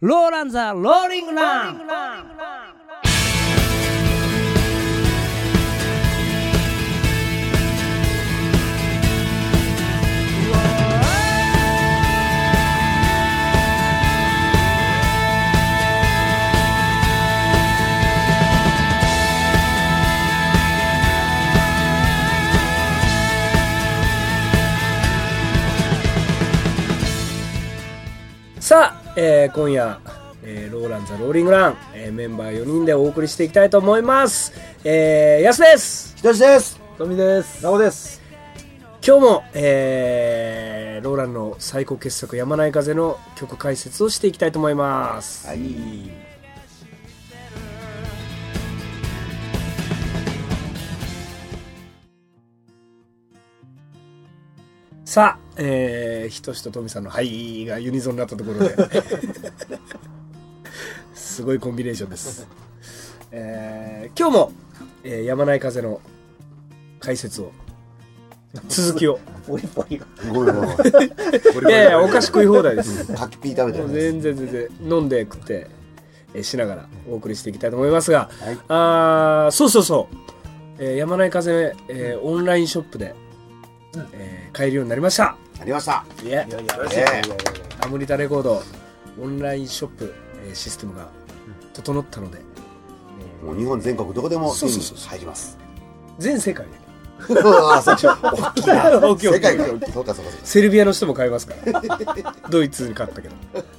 ローランザローリングラン。さあ、今夜、ローランザローリングラン、メンバー4人でお送りしていきたいと思います。やすです。 ひとしです。 とみです。 なおです。 今日も、ローランの最高傑作やまない風の曲解説をしていきたいと思います。 はい。 さあ、ひとしととみさんのはいがユニゾンになったところですごいコンビネーションです。今日も、やまない風の解説を続きをポリポリいやいやお菓子食い放題です。 柿ピー食べてます。 全然飲んで食って、しながらお送りしていきたいと思いますが、 はい、 そう、やまない風、オンラインショップで買えるようになりました。 ありました。 アムリタレコードオンラインショップ、システムが整ったので、 もう日本全国どこでも手に入ります。 全世界で大きな世界がそうかセルビアの人も買えますからドイツに買ったけ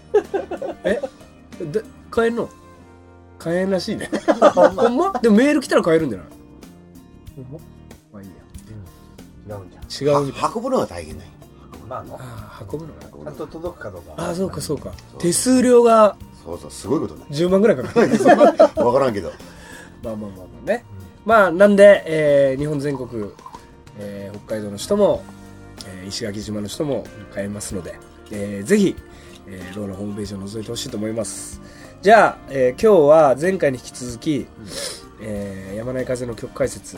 ど買えんの？買えんらしいねほんま？でもメール来たら買えるんじゃない？ほんま？まあいいや、違うみたい。 運ぶのが大変だよ。 運ぶのがちゃんと届くかどうか。 そうか手数料がそうすごいことね。 10万ぐらいかかる分からんけどまあね、まあなんで、日本全国、北海道の人も、石垣島の人も買えますので、ぜひ、ローのホームページを覗いてほしいと思います。じゃあ、今日は前回に引き続き、やまない風の曲解説、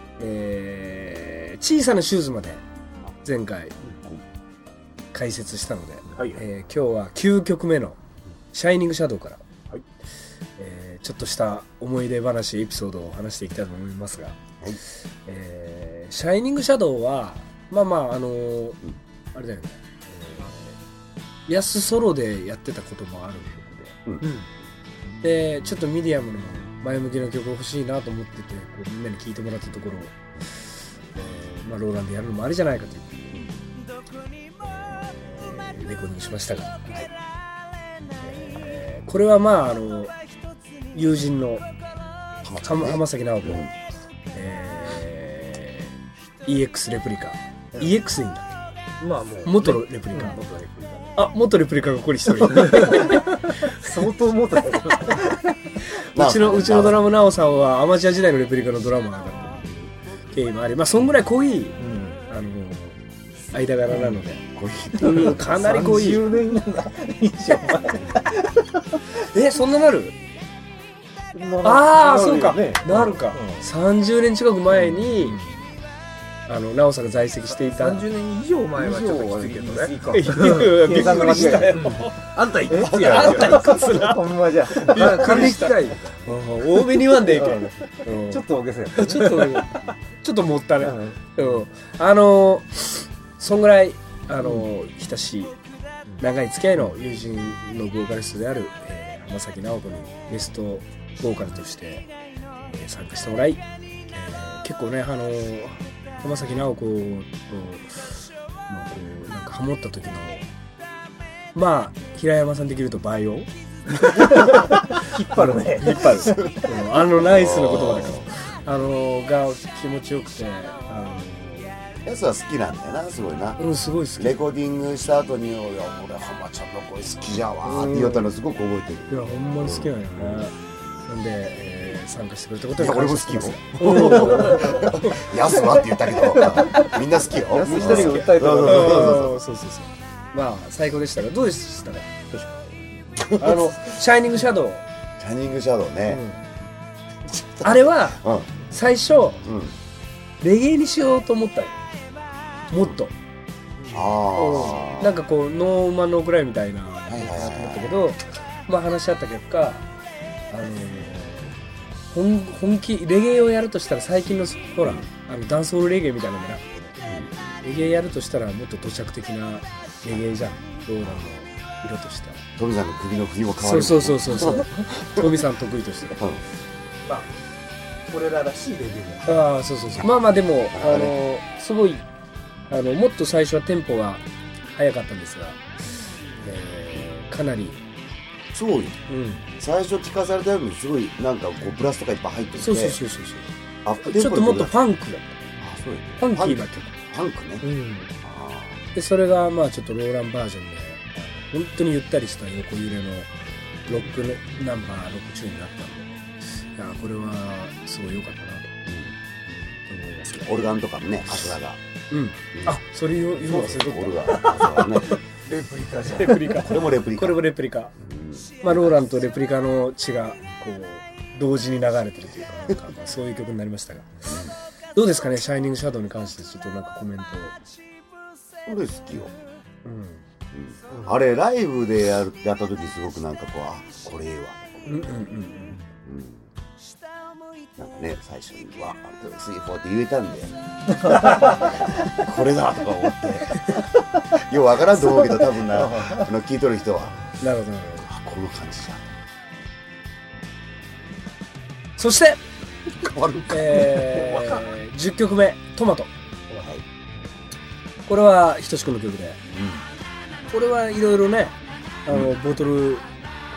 小さなシューズまで前回解説したので、今日は9曲目のシャイニングシャドウから、ちょっとした思い出話エピソードを話していきたいと思いますが、シャイニングシャドウはあれだよね、ヤスソロでやってたこともある曲で、でちょっとミディアムの前向きな曲欲しいなと思ってて、こうみんなに聴いてもらったところ、ローランでやるのもありじゃないかというレコーディングしましたが、これは友人の浜崎直子、EX レプリカ EX でいいんだ、元レプリカ、元レプリカがここに一人相当元だようちのドラム直さんはアマチュア時代のレプリカのドラマーだった経緯もあり、そんぐらい濃い、間柄なので、かなり濃い 30年以上前そんななる？そうか、なるか、30年近く前に直さんが在籍していた。 30年以上前はちょっときついけどね。 びっくりしたよ。あんたいくつや？あんたいくつな？ ほんまじゃ。 金近い。多めに言わんでいいけど。 ちょっと大げさや。 ちょっと持ったね。そんぐらい親しい長い付き合いの友人のボーカリストである浜崎直子にゲストボーカルとして、参加してもらい、結構ね浜崎直子と、なんかハモった時の平山さんできるとバイオ引っ張るね。 ナイスな言葉だからが気持ちよくて、 やつは好きなんだよな、すごいな。 すごい好き。 レコーディングした後に「俺浜ちゃんの声好きじゃわ」って言ったのすごく覚えてる。 いやほんまに好きなんよね。なんで、参加してくれたことに俺も好きよ。やすはって言ったけどみんな好きよ。 やす一人が訴えたから。 そう最高でしたが、どうでしたか？シャイニングシャドウね、 あれは最初レゲエにしようと思ったの。もっとなんかこうノーマンノークライみたいなやつだったけど、 まあ話し合った結果、本気レゲエをやるとしたら最近のほらダンスホールレゲエみたいなのじゃなくて、レゲエやるとしたらもっと土着的なレゲエじゃん、ローランの色としては。 トミさんの首の振りも変わる。 そうトミさん得意として、 まあ俺ららしいレベルああそうまあでもすごいもっと最初はテンポが速かったんですが、かなりそうよ、最初聞かされたよりもすごいなんかこうブラスとかいっぱい入ってて、 そうアップテンポちょっともっとファンクだった。 そうよ、 ファンキーだったファンクね、 でそれがまあちょっとローランバージョンで本当にゆったりした横揺れのロックナンバーロックチューンになったんで、いやこれはすごい良かったなと思いますね。 オルガンとかもね、アスラが、 あそれ言うの忘れとった。 オルガンアスラねレプリカじゃん。 レプリカこれもレプリカ、 これもレプリカ、まあローランとレプリカの血がこう同時に流れてるというか、なんかまあそういう曲になりましたが、どうですかね、シャイニングシャドウに関してちょっとなんかコメントを。 俺好きよ、あれライブでやった時すごくなんかこう、あこれええわ、なんかね、最初にはスイーフォーって言えたんでこれだとか思ってようわからんと思うけど、多分な聞いとる人はなるほどこの感じじゃん。 そして変わるか、 10曲目トマト、これはひとしくんの曲で、これはいろいろねボトルネッ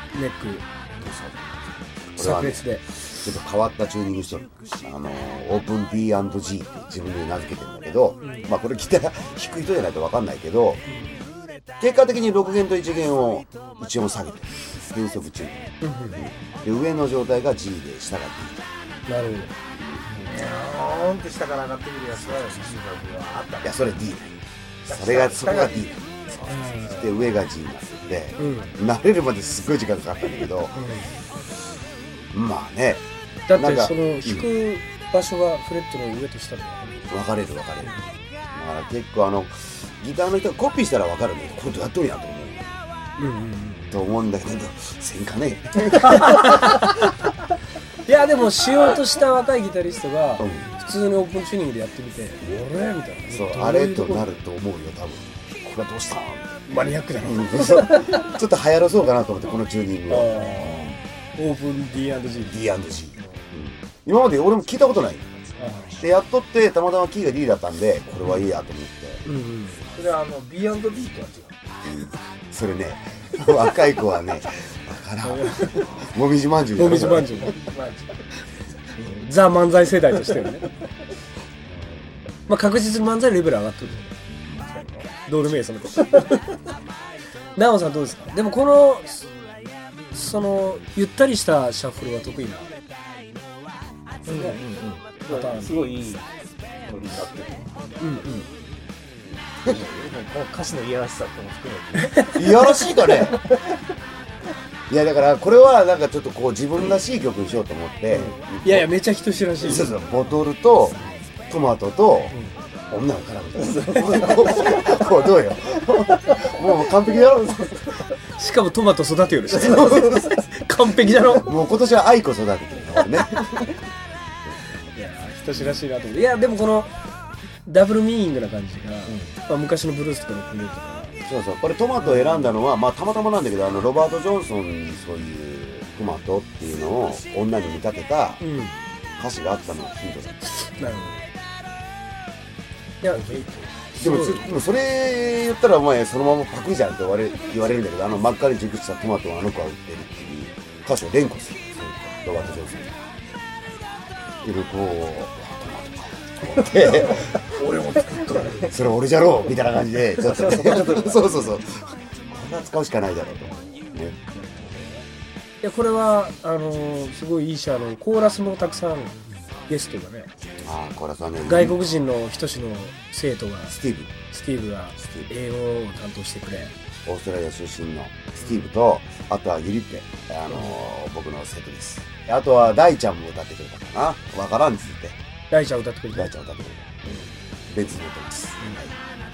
ク炸裂でちょっと変わったチューニングしてる、オープン D&G って自分で名付けてるんだけど、まあこれギター弾く人じゃないと分かんないけど、結果的に6弦と1弦を1音下げて変速チューニング、で上の状態が G で下が D なるほど。 ーんって下から上がってくるやつは G があった。 いやそれ D そこが D で上が G になってて、慣れるまですごい時間かかったんだけど、まあね、 だってその弾く場所がフレットの上と下で分かれるだから結構ギターの人がコピーしたら分かるね、これどうやっとるんやと思う、と思うんだけどせんかねいやでもしようとした若いギタリストが普通にオープンチューニングでやってみて、俺みたいな、 そうあれとなると思うよ多分。これはどうしたんマニアックだな、 ちょっと流行らそうかなと思ってこのチューニングをオープン D&G、 今まで俺も聞いたことないでやっとって、たまたまキーが D だったんでこれはいいやと思って、 それはB&B とは違う、 それね若い子はね分からんもみじまんじゅう、 もみじまんじゅうザ漫才世代としてはねまあ確実に漫才レベル上がってる、どうでもいいそのことナオさんどうですか。でもこのそのゆったりしたシャッフルは得意な、 すごいいいノリになってる。この歌詞のいやらしさとも含めていやらしいかねいやだからこれはなんかちょっとこう自分らしい曲にしようと思って、 いやいやめちゃ人知らしい、 そうボトルとトマトと女を絡めてこうどうよもう完璧だろしかもトマト育てよるし完璧だろもう今年は愛子育ててるからねいや人知らしいなと思って。いやでもこのダブルミーニングな感じが、まあ、昔のブルースとかの国とか、 そうこれトマトを選んだのは、まあ、たまたまなんだけどロバート・ジョンソンにそういうトマトっていうのを女に見立てた歌詞があったのがヒントだった、 なるほど。いやでもそれ言ったらお前そのままパクリじゃんって言われるんだけど、真っ赤に熟したトマトをあの子は売ってるっていう歌詞を連呼するロバート・ジョンソンでこうで俺も作っとるそれ俺じゃろうみたいな感じでちょっとそうこんな使うしかないだろうとね。 いやこれはすごいいいしコーラスもたくさんゲストがね、 コーラスはね外国人の一種の生徒がスティーブが英語を担当してくれ、 オーストラリア出身のスティーブと、あとはユリッペ、僕の生徒です。あとは大ちゃんも歌ってくれたかな、わからんっつって大ちゃん歌ってくれた、 ベンツに乗ってます、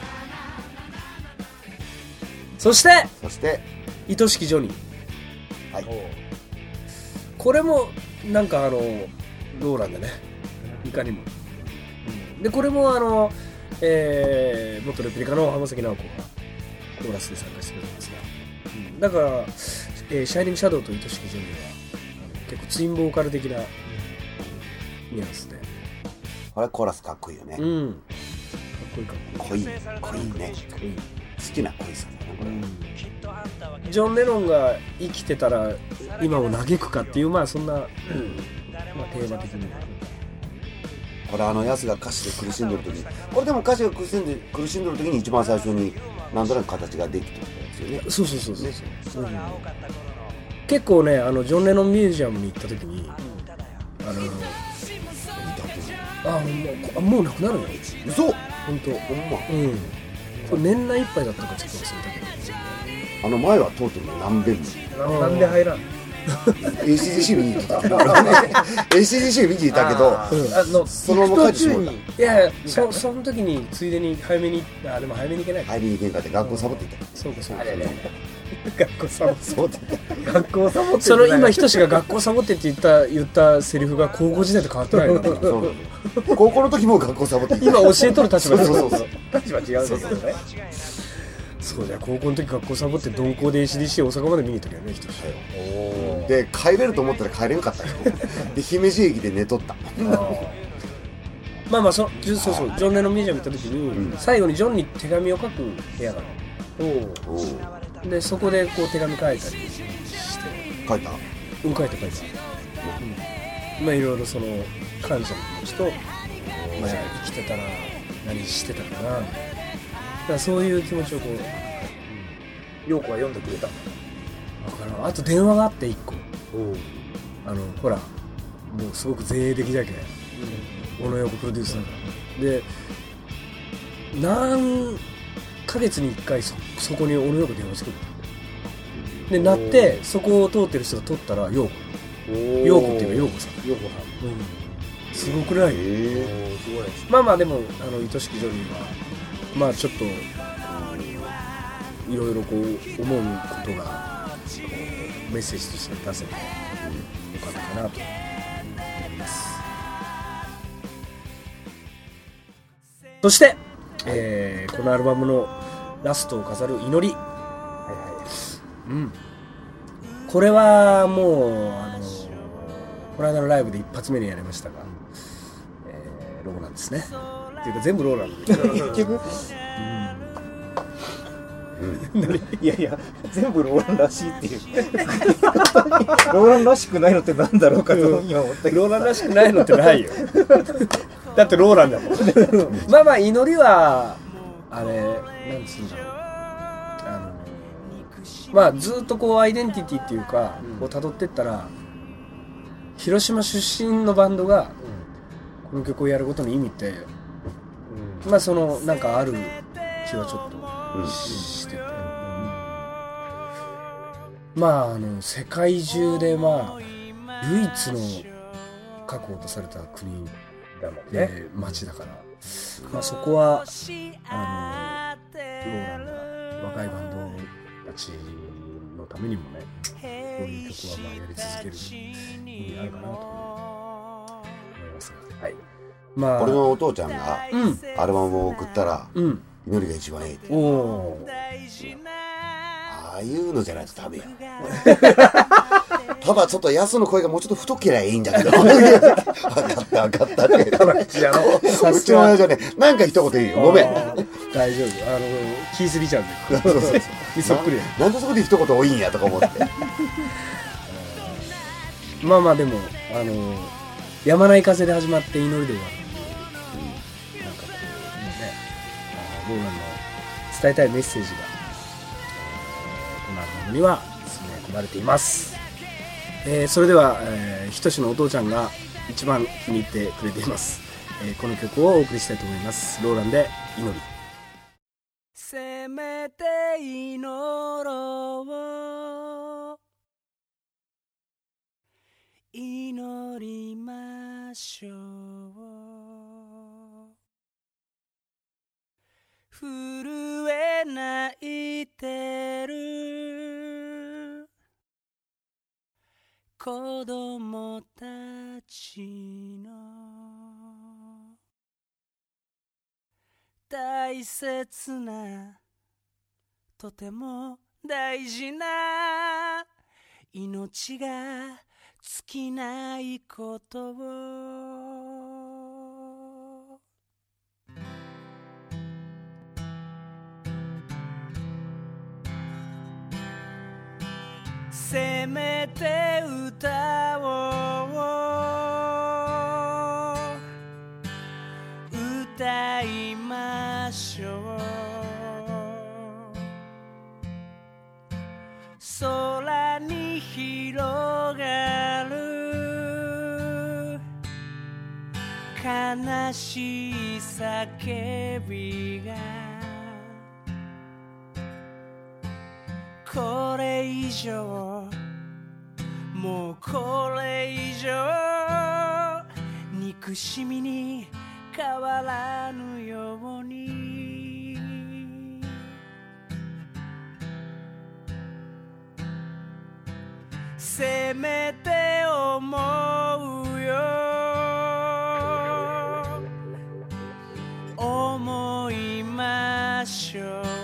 そして愛しきジョニー、 はい、 これもなんかローランでね、いかにも、でこれも元レプリカの浜崎直子がコーラスで参加してくれるんですが、だから、シャイニングシャドウと愛しきジョニーは結構ツインボーカル的なニュアンスで、 これコーラスかっこいいよね、かっこいいかっこいい、 濃いね、好きな濃いさだねこれ、 ジョン・レノンが生きてたら今を嘆くかっていう、まあそんな、テーマ的にこれヤスが歌詞で苦しんでる時に、これでも歌詞が苦しんでる時に一番最初になんとなく形ができてるんですよね。 そう、結構ね、ジョン・レノンミュージアムに行った時に、もうなくなるよ。 嘘？ 本当。 ほんま。 これ年内いっぱいだったかちょっと忘れたけど。 前は通ってるの何遍も。 なんで入らんの ？ACDC 見に行ってたけど、ACDC 見に行ったけど、そのまま帰ってしまった。 いやその時についでに早めに、でも早めに行けない。 早めに行けんかって学校サボっていた。 そうか。 学校サボって学校サボってその今ひとしが学校サボってって言ったセリフが高校時代と変わってないからそう高校の時も学校サボっていた。 今教えとる立場でそう立場違うんですけどね。 そうだよ、高校の時学校サボって鈍行で ACDC 大阪まで見に行ったけどね、ひとし。 で帰れると思ったら帰れんかったよ。で姫路駅で寝とった。 そうジョン・レノンミュージアム行った時に、最後にジョンに手紙を書く部屋がある。でそこでこう手紙書いたりして書いた？ 書いた、いろいろその感謝の気持ちと、生きてたら何してたかな、だからそういう気持ちをこう、 陽子は読んでくれた。 あと電話があって1個、ほらもうすごく前衛的だけ、小野陽子プロデュースだからで、何ヶ月に1回そこに小野陽子電話してくるで、鳴ってそこを通ってる人が取ったら陽子っていうか陽子さん、すごくない？ すごい。 でも愛しきジョニーはちょっといろいろこう思うことがメッセージとして出せてよかったかなと思います。そして、このアルバムのラストを飾る祈り、これはもうこの間のライブで一発目にやりましたが、ローランですね。っていうか全部ローランで結局いや全部ローランらしいっていうローランらしくないのってなんだろうかと今思ったけど、 ローランらしくないのってないよだってローランだもん祈りはあれなんつうんだろう、ずっとこうアイデンティティっていうか、こう辿ってったら広島出身のバンドがこの曲をやることの意味って、そのなんかある気はちょっとしてて、世界中で唯一の確保とされた国だもんね、 街だから、そこはローランが若いバンドたちのためにもね、こういう曲はやり続ける意味があるかなと思いますが、 俺のお父ちゃんがアルバムを送ったら、祈りが一番いいって。ああいうのじゃないとダメや。ただちょっとヤスの声がもうちょっと太けりゃいいんだけど。分かったって。うちの親父はね、なんか一言いいよ。ごめん。 大丈夫。気すぎちゃうんで。そっくりや。 なんでそこで一言多いんやとか思って。 でもやまない風で始まって祈りで終わる。なんかこうローランの伝えたいメッセージがこのアルバムには詰め込まれています。それでは、ひとしのお父ちゃんが一番気に入ってくれています、この曲をお送りしたいと思います。ローランで祈り。せめて祈ろう、祈りましょう、震え泣いてる子供たちの大切なとても大事な命が尽きないことをせめて歌を歌いましょう空に広がる悲しい叫びがこれ以上もうこれ以上憎しみに変わらぬようにせめて思うよ思いましょう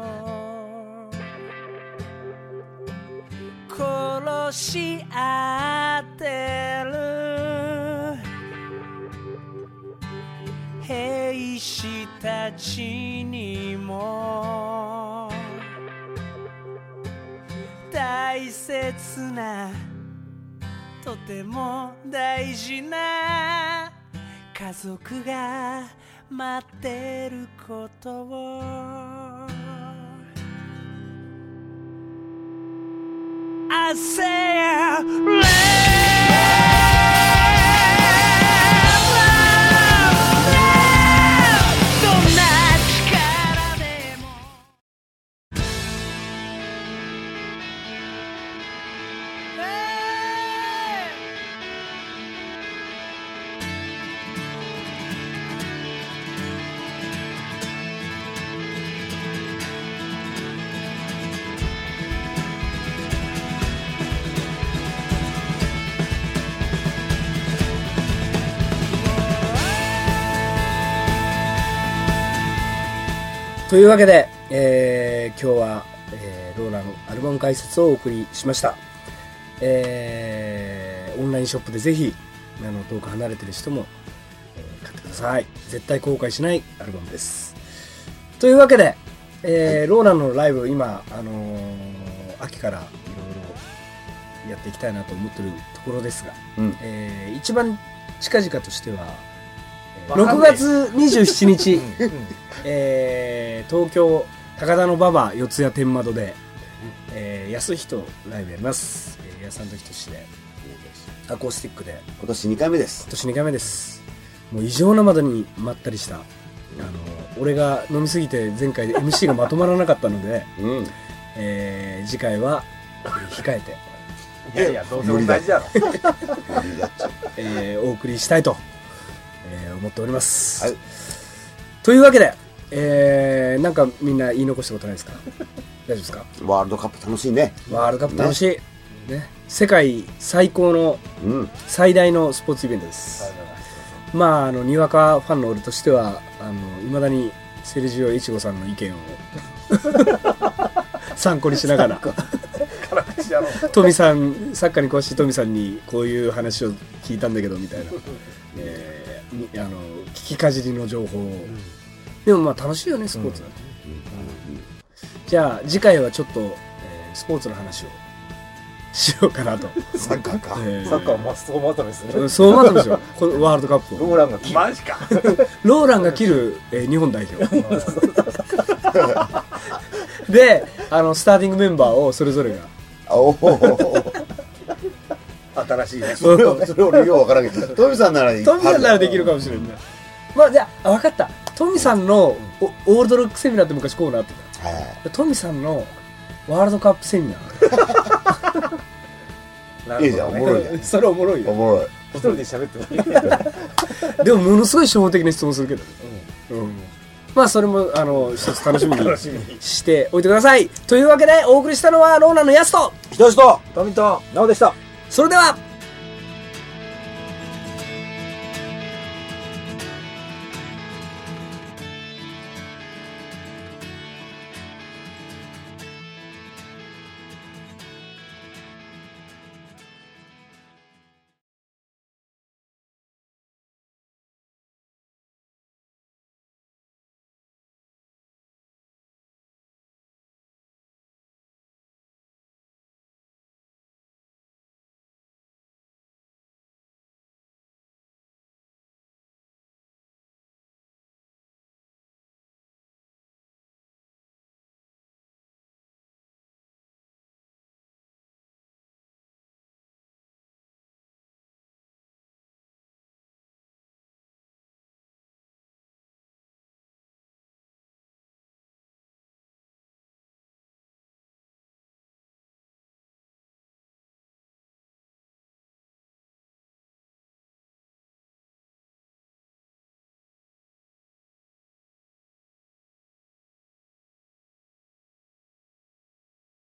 殺し合ってる兵士たちにも大切なとても大事な家族が待ってることをI sayというわけで、今日は、ローラのアルバム解説をお送りしました、オンラインショップでぜひ遠く離れてる人も、買ってください。絶対後悔しないアルバムです。というわけで、ローラのライブ今、秋からいろいろやっていきたいなと思ってるところですが、一番近々としては6月27日東京高田馬場四谷天窓で、安人ライブやります。安さんとひとしでアコースティックで今年2回目です。 今年2回目です。もう異常なまでにまったりした、俺が飲みすぎて前回で MC がまとまらなかったので、次回は控えていやいやどうせ同じだろお送りしたいと、思っております、 はい、 というわけで、なんかみんな言い残したことないですか？大丈夫ですか？ ワールドカップ楽しいね。 ワールドカップ楽しい、ね、世界最高の、最大のスポーツイベントです。まあにわかファンの俺としてはいまだにセルジオイチゴさんの意見を参考にしながらトミさん、サッカーに詳しいトミさんにこういう話を聞いたんだけどみたいな、聞きかじりの情報を、でもまあ楽しいよねスポーツはね、じゃあ次回はちょっと、スポーツの話をしようかなと。 サッカーか、 サッカーはそうまとめする、 そうまとめでしょこのワールドカップをローランが切る、 マジかローランが切る、日本代表でスターティングメンバーをそれぞれが新しいねそれ俺よう分からんけどトミさんならできるかもしれない。まあじゃあ分かった。トミさんのオールドロックセミナーって昔こうなってた、トミさんのワールドカップセミナーいいじゃん、おもろいじゃんそれおもろいよ。 おもろい。 一人で喋ってもいいでもものすごい初歩的な質問するけどね、まあそれも一つ楽しみにしておいてください。というわけでお送りしたのはローランのヤスとひとしとトミとナオでした。 それでは